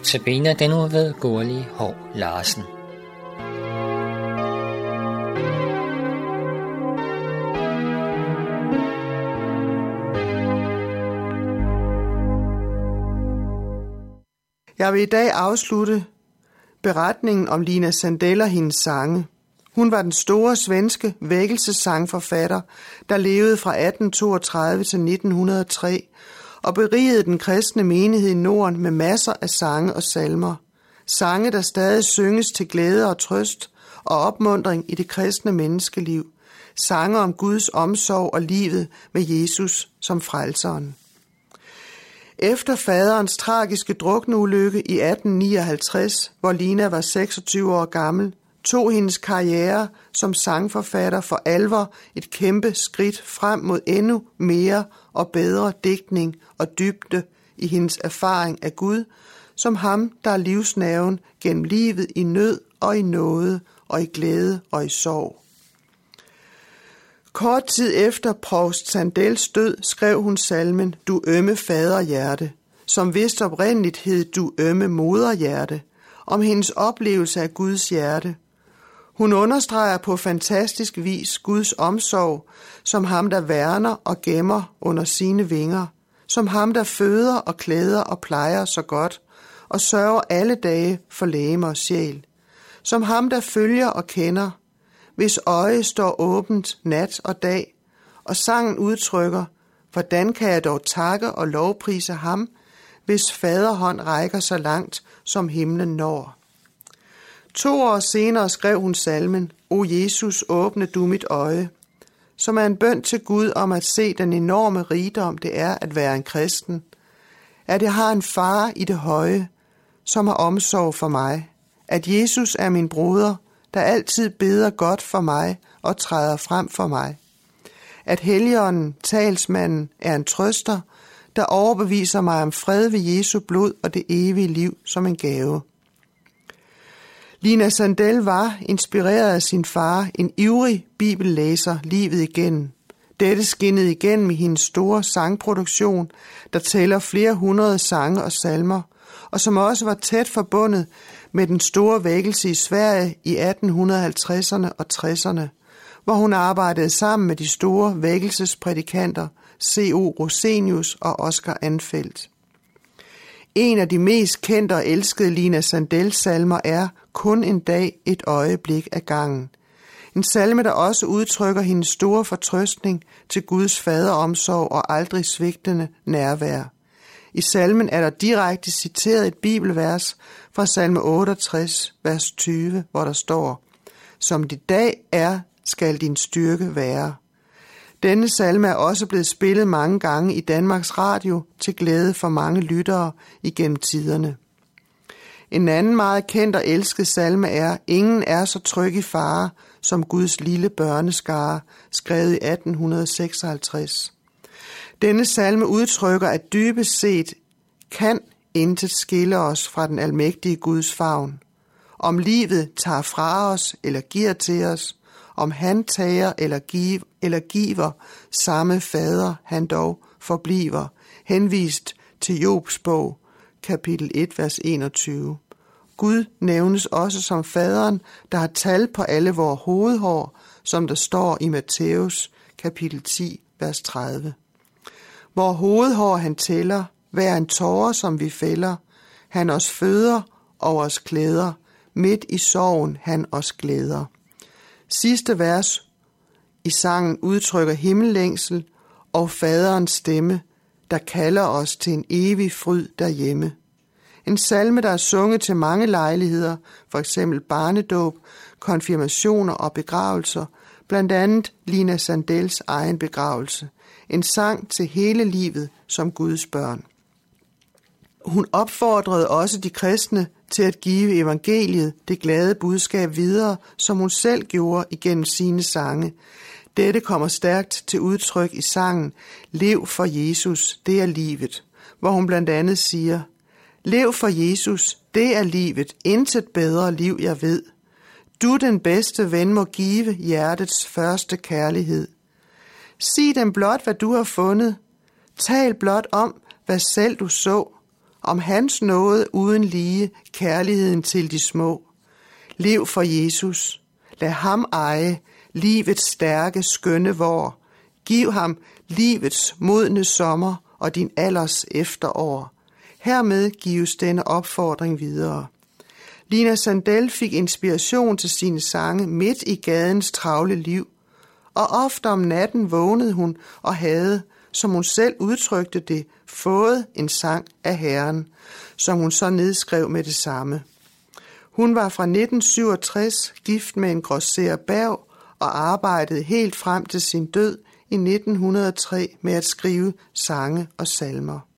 Notabene den uge ved Gurli Hov Larsen. Jeg vil i dag afslutte beretningen om Lina Sandell og hendes sange. Hun var den store svenske vækkelsessangforfatter, der levede fra 1832 til 1903 og berigede den kristne menighed i Norden med masser af sange og salmer. Sange, der stadig synges til glæde og trøst og opmuntring i det kristne menneskeliv. Sange om Guds omsorg og livet med Jesus som frelseren. Efter faderens tragiske drukneulykke i 1859, hvor Lina var 26 år gammel, tog hendes karriere som sangforfatter for alvor et kæmpe skridt frem mod endnu mere og bedre digtning og dybde i hendes erfaring af Gud, som ham, der er livsnerven gennem livet i nød og i nåde og i glæde og i sorg. Kort tid efter provst Sandells død skrev hun salmen Du ømme faderhjerte, som vist oprindeligt hed Du ømme moderhjerte, om hendes oplevelse af Guds hjerte. Hun understreger på fantastisk vis Guds omsorg, som ham, der værner og gemmer under sine vinger, som ham, der føder og klæder og plejer så godt, og sørger alle dage for legeme og sjæl, som ham, der følger og kender, hvis øje står åbent nat og dag, og sangen udtrykker, hvordan kan jeg dog takke og lovprise ham, hvis faderhånd rækker så langt, som himlen når. 2 år senere skrev hun salmen, O Jesus, åbne du mit øje, som er en bøn til Gud om at se den enorme rigdom, det er at være en kristen. At jeg har en far i det høje, som har omsorg for mig. At Jesus er min broder, der altid beder godt for mig og træder frem for mig. At Helligånden, talsmanden, er en trøster, der overbeviser mig om fred ved Jesu blod og det evige liv som en gave. Lina Sandell var, inspireret af sin far, en ivrig bibellæser livet igennem. Dette skinnede igennem i hendes store sangproduktion, der tæller flere hundrede sange og salmer, og som også var tæt forbundet med den store vækkelse i Sverige i 1850'erne og 60'erne, hvor hun arbejdede sammen med de store vækkelsesprædikanter C.O. Rosenius og Oscar Anfeldt. En af de mest kendte og elskede Lina Sandells salmer er Kun en dag, et øjeblik af gangen. En salme, der også udtrykker hendes store fortrøstning til Guds faderomsorg og aldrig svigtende nærvær. I salmen er der direkte citeret et bibelvers fra salme 68, vers 20, hvor der står, Som dit dag er, skal din styrke være. Denne salme er også blevet spillet mange gange i Danmarks Radio til glæde for mange lyttere igennem tiderne. En anden meget kendt og elsket salme er Ingen er så tryg i fare som Guds lille børneskare, skrevet i 1856. Denne salme udtrykker, at dybest set kan intet skille os fra den almægtige Guds favn. Om livet tager fra os eller giver til os, om han tager eller giver, samme fader han dog forbliver, henvist til Jobs bog, kapitel 1, vers 21. Gud nævnes også som faderen, der har tal på alle vores hovedhår, som der står i Matthæus, kapitel 10, vers 30. Vor hovedhår han tæller, hver en tåre, som vi fælder, han os føder og os klæder, midt i sorgen han os glæder. Sidste vers i sangen udtrykker himmellængsel og faderens stemme, der kalder os til en evig fryd derhjemme. En salme, der er sunget til mange lejligheder, for eksempel barnedåb, konfirmationer og begravelser, blandt andet Lina Sandells egen begravelse. En sang til hele livet som Guds børn. Hun opfordrede også de kristne til at give evangeliet, det glade budskab, videre, som hun selv gjorde igennem sine sange. Dette kommer stærkt til udtryk i sangen Lev for Jesus, det er livet, hvor hun blandt andet siger, Lev for Jesus, det er livet, intet bedre liv jeg ved. Du den bedste ven må give hjertets første kærlighed. Sig dem blot, hvad du har fundet. Tal blot om, hvad selv du så. om hans nåde uden lige, kærligheden til de små. Lev for Jesus. Lad ham eje livets stærke, skønne vår. Giv ham livets modne sommer og din alders efterår. Hermed gives denne opfordring videre. Lina Sandel fik inspiration til sine sange midt i gadens travle liv, og ofte om natten vågnede hun og havde, som hun selv udtrykte det, fået en sang af Herren, som hun så nedskrev med det samme. Hun var fra 1967 gift med en grosserer Berg og arbejdede helt frem til sin død i 1903 med at skrive sange og salmer.